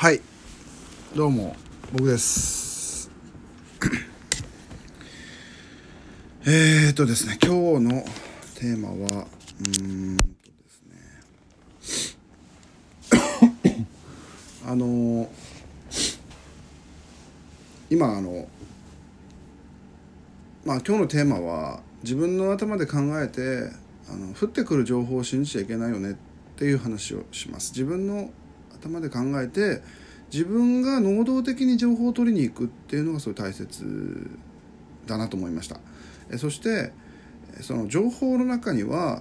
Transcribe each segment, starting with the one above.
はい、どうも僕ですですね、今日のテーマはですね今今日のテーマは自分の頭で考えて降ってくる情報を信じちゃいけないよねっていう話をします。自分の頭で考えて自分が能動的に情報を取りに行くっていうのがすごい大切だなと思いました。そしてその情報の中には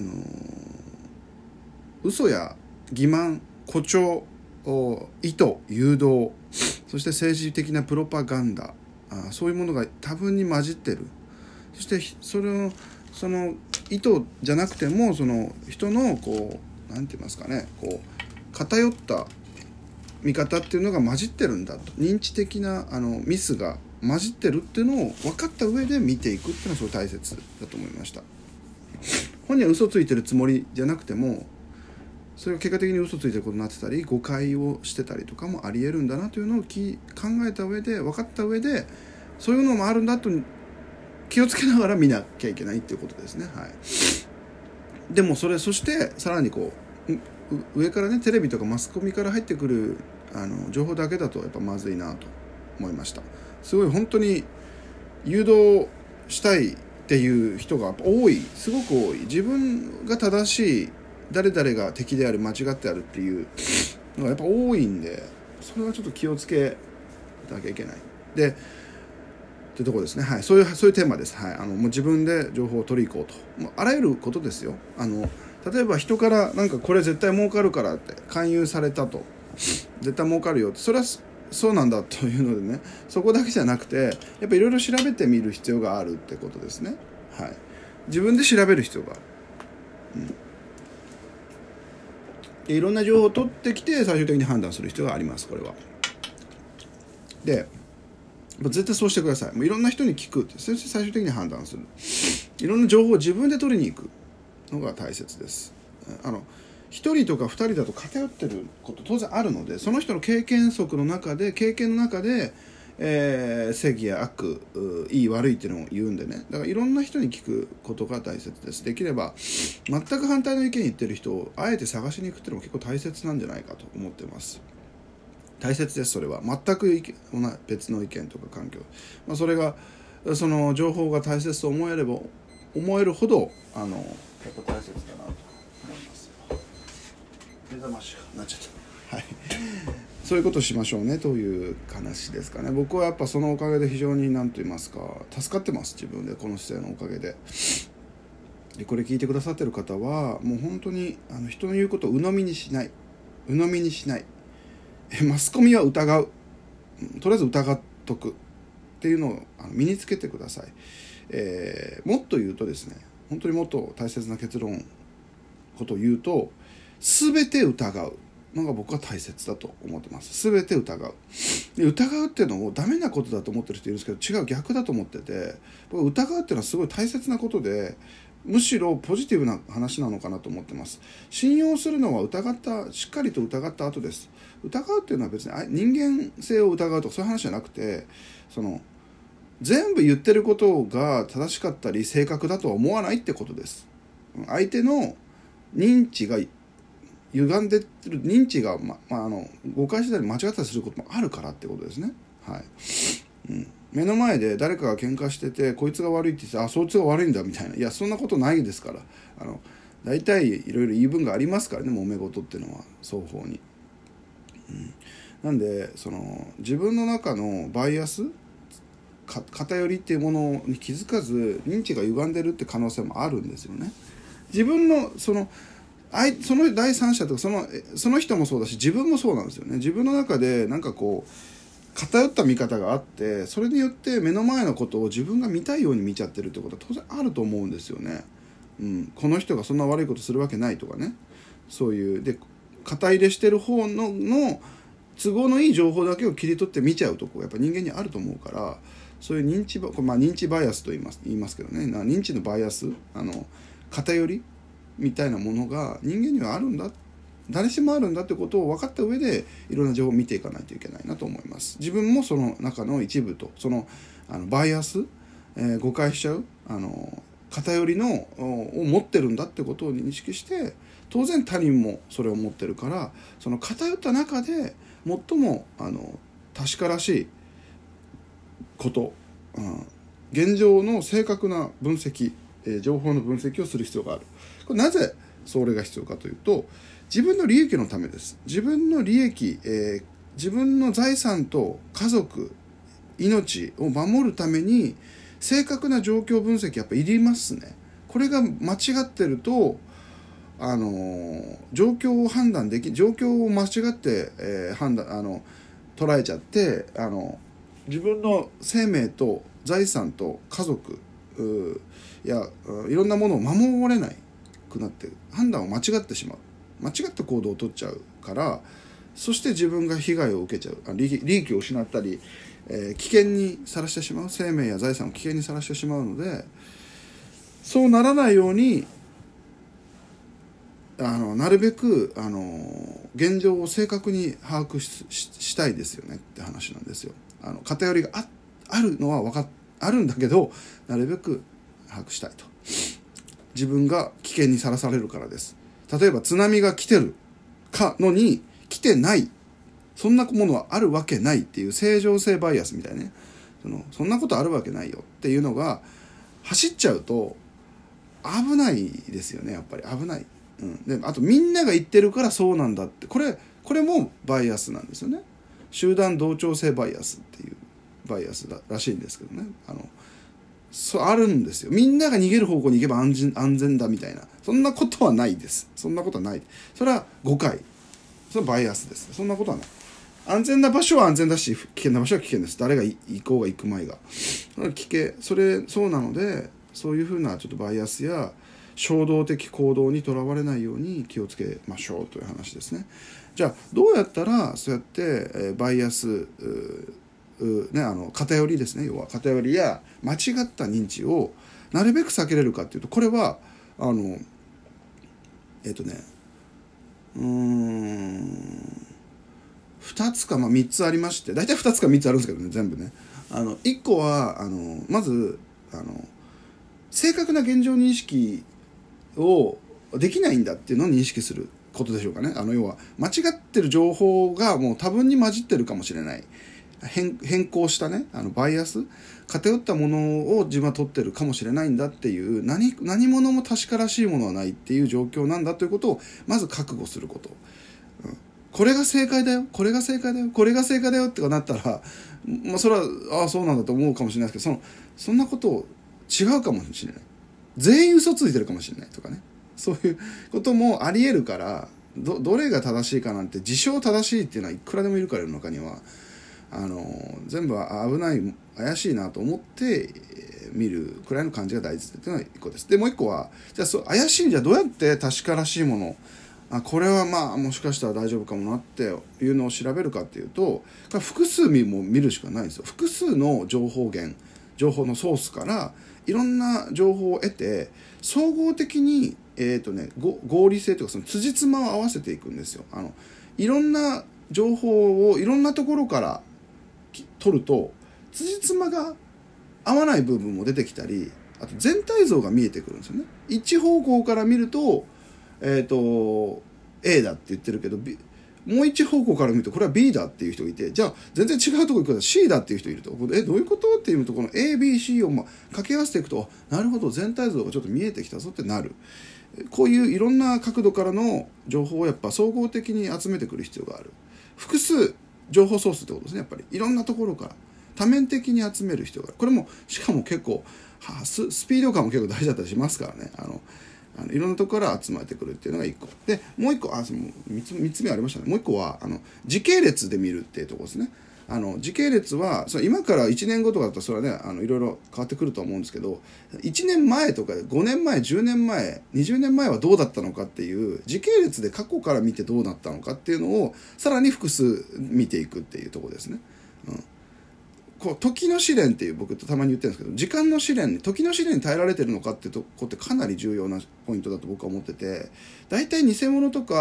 嘘や欺瞞、誇張、意図、誘導、そして政治的なプロパガンダ、そういうものが多分に混じってる。そしてその意図じゃなくてもその人のなんて言いますかね、偏った見方っていうのが混じってるんだと、認知的なミスが混じってるっていうのを分かった上で見ていくっていうのはすごい大切だと思いました。本人は嘘ついてるつもりじゃなくてもそれが結果的に嘘ついてることになってたり誤解をしてたりとかもありえるんだなというのを考えた上で分かった上でそういうのもあるんだと気をつけながら見なきゃいけないっていうことですね。はい。でもそしてさらに上からね、テレビとかマスコミから入ってくる情報だけだとやっぱまずいなと思いました。すごい本当に誘導したいっていう人が多い、すごく多い。自分が正しい、誰々が敵である、間違ってあるっていうのがやっぱ多いんで、それはちょっと気をつけなきゃいけないでってとこですね。はい、そういうテーマです。はい、もう自分で情報を取り行こうと、もうあらゆることですよ。例えば人からなんかこれ絶対儲かるからって勧誘されたと、絶対儲かるよって、それはそうなんだというのでね、そこだけじゃなくてやっぱいろいろ調べてみる必要があるってことですね。はい、自分で調べる必要がある。でいろんな情報を取ってきて最終的に判断する必要があります。これはで絶対そうしてください。もういろんな人に聞くって、そして最終的に判断する。いろんな情報を自分で取りに行くのが大切です。一人とか二人だと偏ってること当然あるので、その人の経験の中で正義や悪、いい悪いっていうのを言うんでね。だからいろんな人に聞くことが大切です。できれば全く反対の意見言ってる人をあえて探しに行くっていうのも結構大切なんじゃないかと思ってます。大切です。それは全く別の意見とか環境、それがその情報が大切と思えるほどやっぱ大切だなと思いますよ。目覚ましがなっちゃった。はい、そういうことをしましょうねという話ですかね。僕はやっぱそのおかげで非常に何と言いますか助かってます。自分でこの姿勢のおかげで。これ聞いてくださってる方はもう本当に人の言うことを鵜呑みにしない。マスコミは疑う、とりあえず疑っとくっていうのを身につけてください。もっと言うとですね、本当にもっと大切なことを言うと、全て疑うのが僕は大切だと思ってます。全て疑う。で疑うっていうのをダメなことだと思ってる人いるんですけど、違う、逆だと思ってて、僕疑うっていうのはすごい大切なことで、むしろポジティブな話なのかなと思ってます。信用するのはしっかりと疑った後です。疑うっていうのは別に人間性を疑うとかそういう話じゃなくて、全部言ってることが正しかったり正確だとは思わないってことです。相手の認知が歪んでる、認知が、誤解したり間違ったりすることもあるからってことですね。はい。目の前で誰かが喧嘩しててこいつが悪いって言って、そいつが悪いんだみたいな、いやそんなことないですから。大体いろいろ言い分がありますからね、揉め事っていうのは双方に。なんで自分の中のバイアス、偏りっていうものに気づかず認知が歪んでるって可能性もあるんですよね。自分のその第三者とかその人もそうだし自分もそうなんですよね。自分の中でなんか偏った見方があって、それによって目の前のことを自分が見たいように見ちゃってるってことは当然あると思うんですよね。この人がそんな悪いことするわけないとかね、そういうで肩入れしてる方の都合のいい情報だけを切り取って見ちゃうとこやっぱ人間にあると思うから、そういう認知バイアスと言いますけどね、認知のバイアス、偏りみたいなものが人間にはあるんだ。 誰しもあるんだってことを分かった上でいろんな情報を見ていかないといけないなと思います。自分もその中の一部と、そのバイアス、誤解しちゃう偏りのを持ってるんだってことを認識して、当然他人もそれを持ってるから、その偏った中で最も確からしいこと、現状の正確な分析、情報の分析をする必要がある。これなぜそれが必要かというと、自分の利益のためです。自分の利益、自分の財産と家族、命を守るために正確な状況分析やっぱいりますね。これが間違ってると状況を判断でき、状況を間違って、捉えちゃって自分の生命と財産と家族やいろんなものを守れないくなって、判断を間違ってしまう、間違った行動を取っちゃうから、そして自分が被害を受けちゃう、利益を失ったり、危険にさらしてしまう、生命や財産を危険にさらしてしまうので、そうならないようになるべく現状を正確に把握 したいですよねって話なんですよ。偏りがあるのはあるんだけど、なるべく把握したいと。自分が危険にさらされるからです。例えば津波が来てるかのに来てない、そんなものはあるわけないっていう正常性バイアスみたいね、そんなことあるわけないよっていうのが走っちゃうと危ないですよね。やっぱり危ない。であとみんなが言ってるからそうなんだって、これもバイアスなんですよね。集団同調性バイアスっていうバイアスらしいんですけどね、そうあるんですよ。みんなが逃げる方向に行けば安全だみたいな、そんなことはないです。そんなことはない。それは誤解、それはバイアスです。そんなことはない。安全な場所は安全だし、危険な場所は危険です。誰が行こうが行く前がそうなので、そういうふうなちょっとバイアスや衝動的行動にとらわれないように気をつけましょうという話ですね。じゃあどうやったらそうやって、バイアス偏りですね、要は偏りや間違った認知をなるべく避けれるかっていうと、これは2つか3つありまして、大体2つか3つあるんですけどね、全部ね。1個はまず正確な現状認識をできないんだっていうのを認識することでしょうかね。要は間違ってる情報がもう多分に混じってるかもしれない、変更したねバイアス、偏ったものを自分は取ってるかもしれないんだっていう、何者も確からしいものはないっていう状況なんだということをまず覚悟すること、これが正解だよ、これが正解だよ、これが正解だよってなったら、それはそうなんだと思うかもしれないですけど、そんなこと違うかもしれない、全員嘘ついてるかもしれないとかね、そういうこともありえるから、どれが正しいかなんて、自称正しいっていうのはいくらでもいるから、世の中には全部危ない、怪しいなと思って見るくらいの感じが大事っていうのが1個です。でもう1個は、じゃあ怪しいんじゃどうやって確からしいもの、これはもしかしたら大丈夫かもなっていうのを調べるかっていうと、複数も見るしかないんですよ。複数の情報のソースからいろんな情報を得て、総合的に合理性というか、その辻褄を合わせていくんですよ。いろんな情報をいろんなところから取ると辻褄が合わない部分も出てきたり、あと全体像が見えてくるんですよね。一方向から見るとA だって言ってるけど、もう一方向から見るとこれは B だっていう人がいて、じゃあ全然違うところ行くから C だっていう人いると、どういうことっていうと、この ABC を掛け合わせていくと、なるほど全体像がちょっと見えてきたぞってなる。こういういろんな角度からの情報をやっぱ総合的に集めてくる必要がある。複数情報ソースってことですね。やっぱりいろんなところから多面的に集める必要がある。これもしかも結構スピード感も結構大事だったりしますからね。いろんなところから集まってくるっていうのが1個で、もう1個3つ目ありましたね。もう1個は時系列で見るっていうところですね。時系列は今から1年後とかだとそれはねいろいろ変わってくると思うんですけど、1年前とか5年前10年前20年前はどうだったのかっていう時系列で過去から見てどうなったのかっていうのをさらに複数見ていくっていうところですね。時の試練っていう僕とたまに言ってるんですけど、時間の試練、時の試練に耐えられてるのかってとこってかなり重要なポイントだと僕は思ってて、大体偽物とか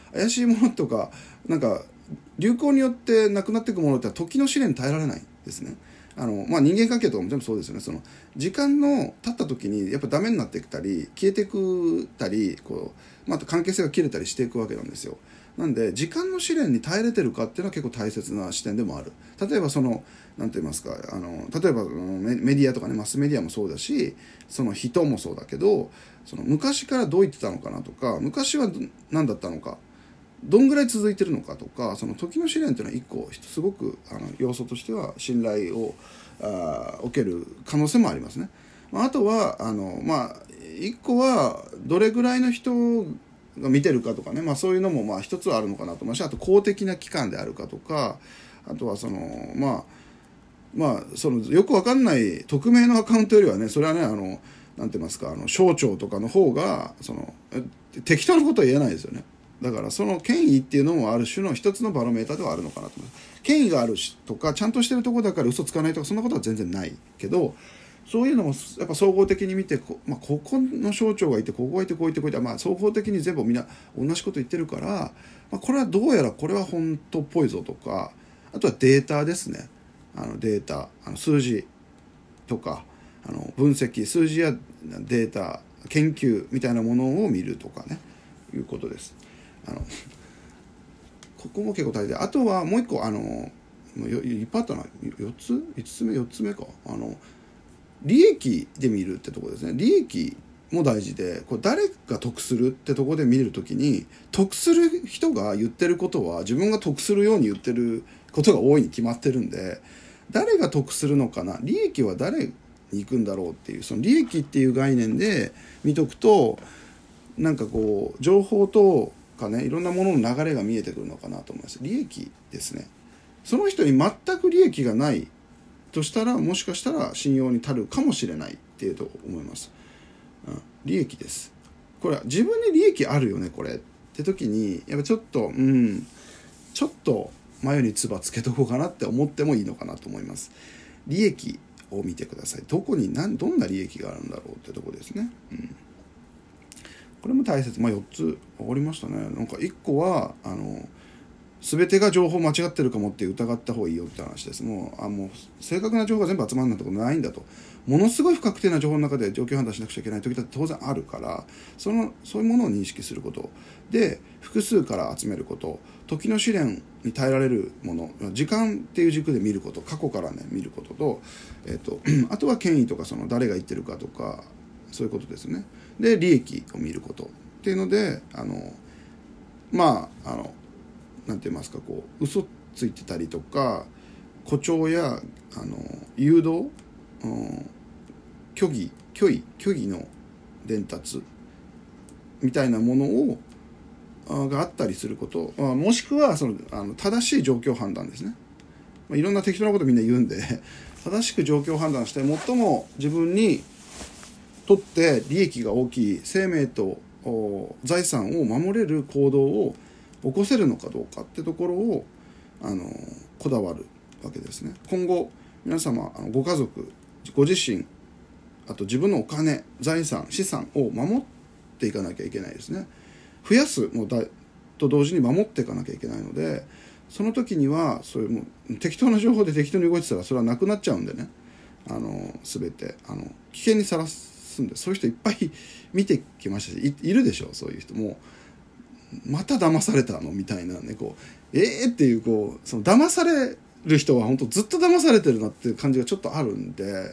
怪しいものとかなんか流行によってなくなっていくものって時の試練に耐えられないですね。人間関係とかも全部そうですよね。その時間の経った時にやっぱダメになっていったり消えていくたりあと関係性が切れたりしていくわけなんですよ。なんで時間の試練に耐えれてるかっていうのは結構大切な視点でもある。例えばなんて言いますか、例えばメディアとかね、マスメディアもそうだし、その人もそうだけど、その昔からどう言ってたのかなとか、昔は何だったのか、どんぐらい続いてるのかとか、その時の試練というのは一個すごく要素としては信頼を受ける可能性もありますね。あとは一個はどれぐらいの人が見てるかとかね、そういうのも一つはあるのかなと思うし、あと公的な機関であるかとか、あとはそのよくわかんない匿名のアカウントよりはね、それはねなんて言いますか、省庁とかの方が適当なことは言えないですよね。だからその権威っていうのもある種の一つのバロメーターではあるのかなと思います。権威があるとかちゃんとしてるところだから嘘つかないとかそんなことは全然ないけど、そういうのもやっぱ総合的に見てここの省庁がいてここがいてこういってこういって、総合的に全部みんな同じこと言ってるから、これはどうやらこれは本当っぽいぞとか、あとはデータですね。データ数字とか分析、数字やデータ研究みたいなものを見るとかね、いうことです。ここも結構大事で、あとはもう一個いっぱいあったな、4つ目か、利益で見るってところですね。利益も大事で、誰が得するってところで見るときに、得する人が言ってることは自分が得するように言ってることが多いに決まってるんで、誰が得するのかな、利益は誰に行くんだろうっていう、その利益っていう概念で見とくと、なんか情報とかね、いろんなものの流れが見えてくるのかなと思います。利益ですね。その人に全く利益がないとしたら、もしかしたら信用に足るかもしれないっていうと思います。利益です。これは自分に利益あるよねこれって時に、やっぱちょっと眉に唾つけとこうかなって思ってもいいのかなと思います。利益を見てください。どこにどんな利益があるんだろうってとこですね。これも大切。4つ分かりましたね。なんか1個は全てが情報間違ってるかもって疑った方がいいよって話です。もう正確な情報が全部集まるなんてことないんだと。ものすごい不確定な情報の中で状況判断しなくちゃいけない時だって当然あるから、そういうものを認識することで、複数から集めること、時の試練に耐えられるもの、時間っていう軸で見ること、過去からね見ることと、あとは権威とか誰が言ってるかとか、そういうことですね。で利益を見ることっていうので、なんて言いますか、嘘ついてたりとか、誇張や誘導、虚偽の伝達みたいなものをがあったりすること、もしくは正しい状況判断ですね。いろんな適当なことみんな言うんで正しく状況判断して最も自分にとって利益が大きい生命と財産を守れる行動を起こせるのかどうかってところをこだわるわけですね。今後皆様ご家族、ご自身、あと自分のお金、財産、資産を守っていかなきゃいけないですね。増やすもと同時に守っていかなきゃいけないので、その時にはそういうもう適当な情報で適当に動いてたらそれはなくなっちゃうんでね、全て危険にさらすんで、そういう人いっぱい見てきましたし、いるでしょ。そういう人もまた騙されたのみたいなね、っていうその騙される人は本当ずっと騙されてるなっていう感じがちょっとあるんで、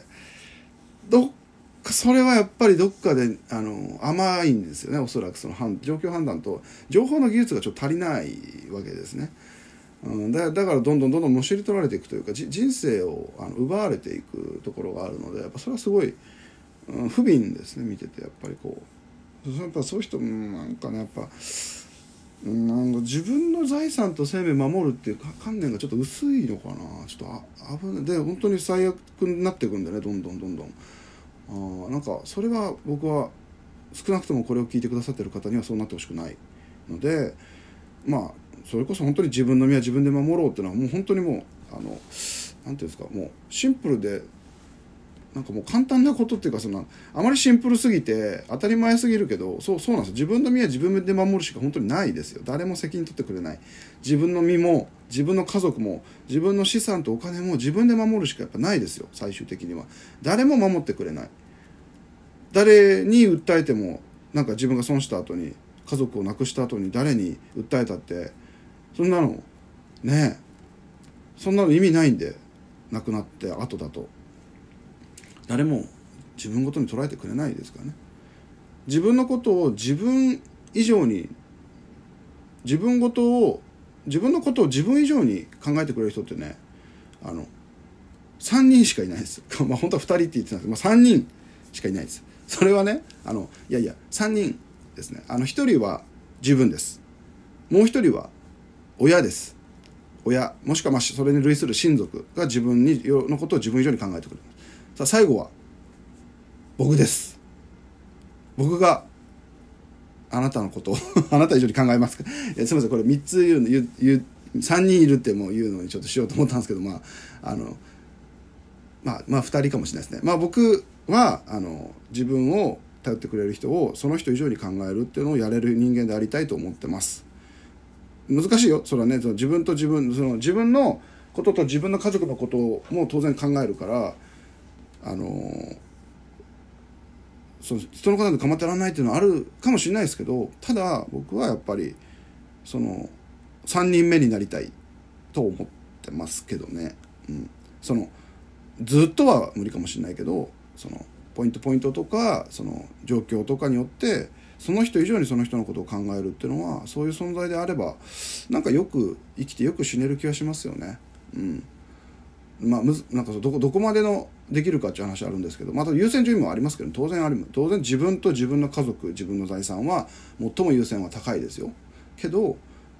それはやっぱりどっかで甘いんですよね。おそらくその状況判断と情報の技術がちょっと足りないわけですね。だからどんどんむしり取られていくというか、人生を奪われていくところがあるので、やっぱそれはすごい、不憫ですね。見ててやっぱりやっぱそういう人なんかね、やっぱ自分の財産と生命守るっていう観念がちょっと薄いのかな。ちょっと危ないで、本当に最悪になっていくんでね、どんどんなんかそれは僕は少なくともこれを聞いてくださってる方にはそうなってほしくないので、それこそ本当に自分の身は自分で守ろうっていうのはもう本当にもうなんていうんですか、もうシンプルでなんかもう簡単なことっていうか、あまりシンプルすぎて当たり前すぎるけど、そうなんですよ。自分の身は自分で守るしか本当にないですよ。誰も責任取ってくれない。自分の身も自分の家族も自分の資産とお金も自分で守るしかやっぱないですよ。最終的には誰も守ってくれない。誰に訴えても、なんか自分が損した後に、家族を亡くした後に誰に訴えたって、そんなのねそんなの意味ないんで、亡くなって後だと誰も自分ごとに捉えてくれないですからね。自分のことを自分以上に、自分のことを自分以上に考えてくれる人ってね、3人しかいないです。まあ本当は2人って言ってたんですけど、3人しかいないです。それはね、3人ですね。1人は自分です。もう1人は親です。親、もしくはそれに類する親族が自分のことを自分以上に考えてくれる。さあ最後は僕です。僕があなたのことをあなた以上に考えますか。すみません、これ3つ3人いるってもう言うのにちょっとしようと思ったんですけど、2人かもしれないですね。僕は自分を頼ってくれる人をその人以上に考えるっていうのをやれる人間でありたいと思ってます。難しいよ、それはね。自分のことと自分の家族のことも当然考えるから、人のことで構ってらんないっていうのはあるかもしれないですけど、ただ僕はやっぱり3人目になりたいと思ってますけどね。ずっとは無理かもしれないけど、ポイントとか状況とかによってその人以上にその人のことを考えるっていうのは、そういう存在であればなんかよく生きてよく死ねる気がしますよね。なんかどこまでのできるかっていう話あるんですけど、また優先順位もありますけど、当然自分と自分の家族、自分の財産は最も優先は高いですよ。けど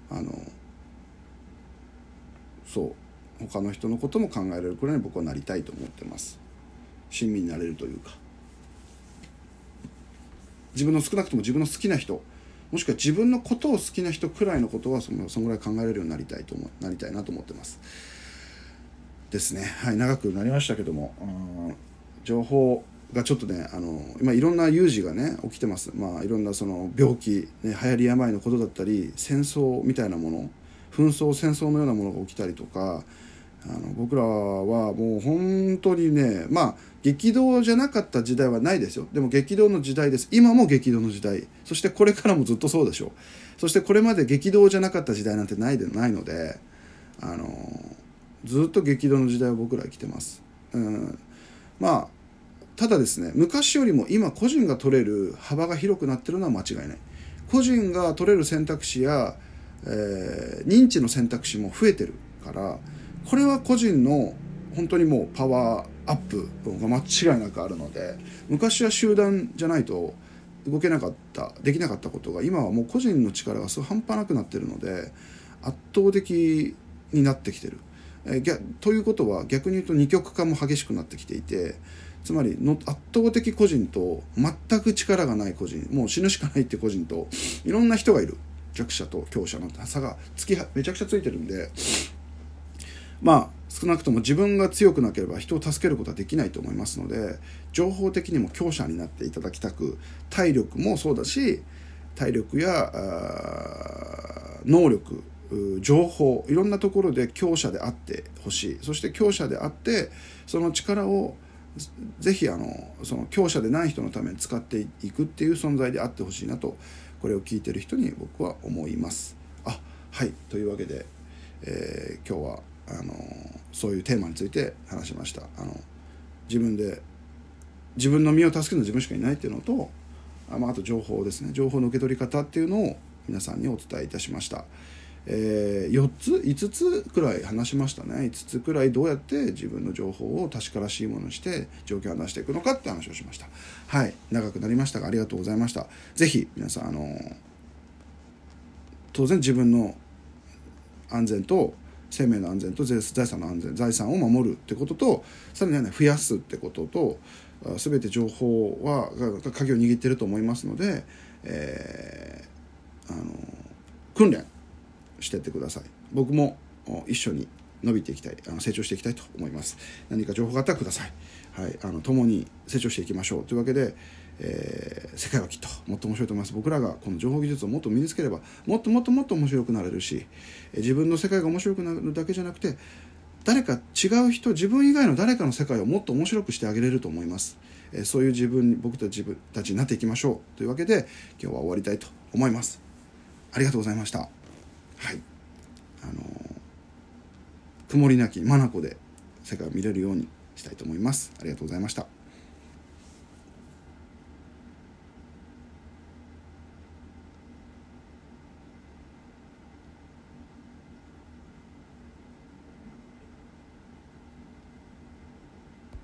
他の人のことも考えられるくらいに僕はなりたいと思ってます。親身になれるというか、少なくとも自分の好きな人、もしくは自分のことを好きな人くらいのことはそのぐらい考えられるようになりたいなと思ってますですね。はい、長くなりましたけども、情報がちょっとね、今いろんな有事がね起きてます。いろんな病気、ね、流行り病のことだったり、戦争みたいなもの、紛争戦争のようなものが起きたりとか、僕らはもう本当にね、激動じゃなかった時代はないですよ。でも激動の時代です。今も激動の時代、そしてこれからもずっとそうでしょう。そしてこれまで激動じゃなかった時代なんてないので、ずっと激動の時代を僕ら生きてます。ただですね、昔よりも今個人が取れる幅が広くなってるのは間違いない。個人が取れる選択肢や、認知の選択肢も増えてるから、これは個人の本当にもうパワーアップが間違いなくあるので、昔は集団じゃないとできなかったことが、今はもう個人の力が半端なくなってるので、圧倒的になってきてる。ということは逆に言うと二極化も激しくなってきていて、つまり圧倒的個人と全く力がない個人、もう死ぬしかないって個人と、いろんな人がいる。弱者と強者の差がめちゃくちゃついてるんで、少なくとも自分が強くなければ人を助けることはできないと思いますので、情報的にも強者になっていただきたく、体力もそうだし、体力や能力、情報、いろんなところで強者であってほしい。そして強者であって、その力をぜひその強者でない人のために使っていくっていう存在であってほしいなと、これを聞いてる人に僕は思います。はい、というわけで、今日はそういうテーマについて話しました。自分の身を助けるのは自分しかいないっていうのと、あと情報ですね、情報の受け取り方っていうのを皆さんにお伝えいたしました。5つくらい話しましたね。5つくらいどうやって自分の情報を確からしいものにして状況を話していくのかって話をしました。はい、長くなりましたがありがとうございました。ぜひ皆さん当然自分の安全と生命の安全と財産の安全、財産を守るってことと、さらには増やすってことと、全て情報が鍵を握っていると思いますので、訓練してってください。僕も一緒に伸びていきたい、成長していきたいと思います。何か情報があったらください。はい、共に成長していきましょうというわけで、世界はきっともっと面白いと思います。僕らがこの情報技術をもっと身につければもっともっともっと面白くなれるし、自分の世界が面白くなるだけじゃなくて、誰か違う人、自分以外の誰かの世界をもっと面白くしてあげれると思います。そういう僕たちになっていきましょうというわけで、今日は終わりたいと思います。ありがとうございました。はい、曇りなき眼で世界を見れるようにしたいと思います。ありがとうございました。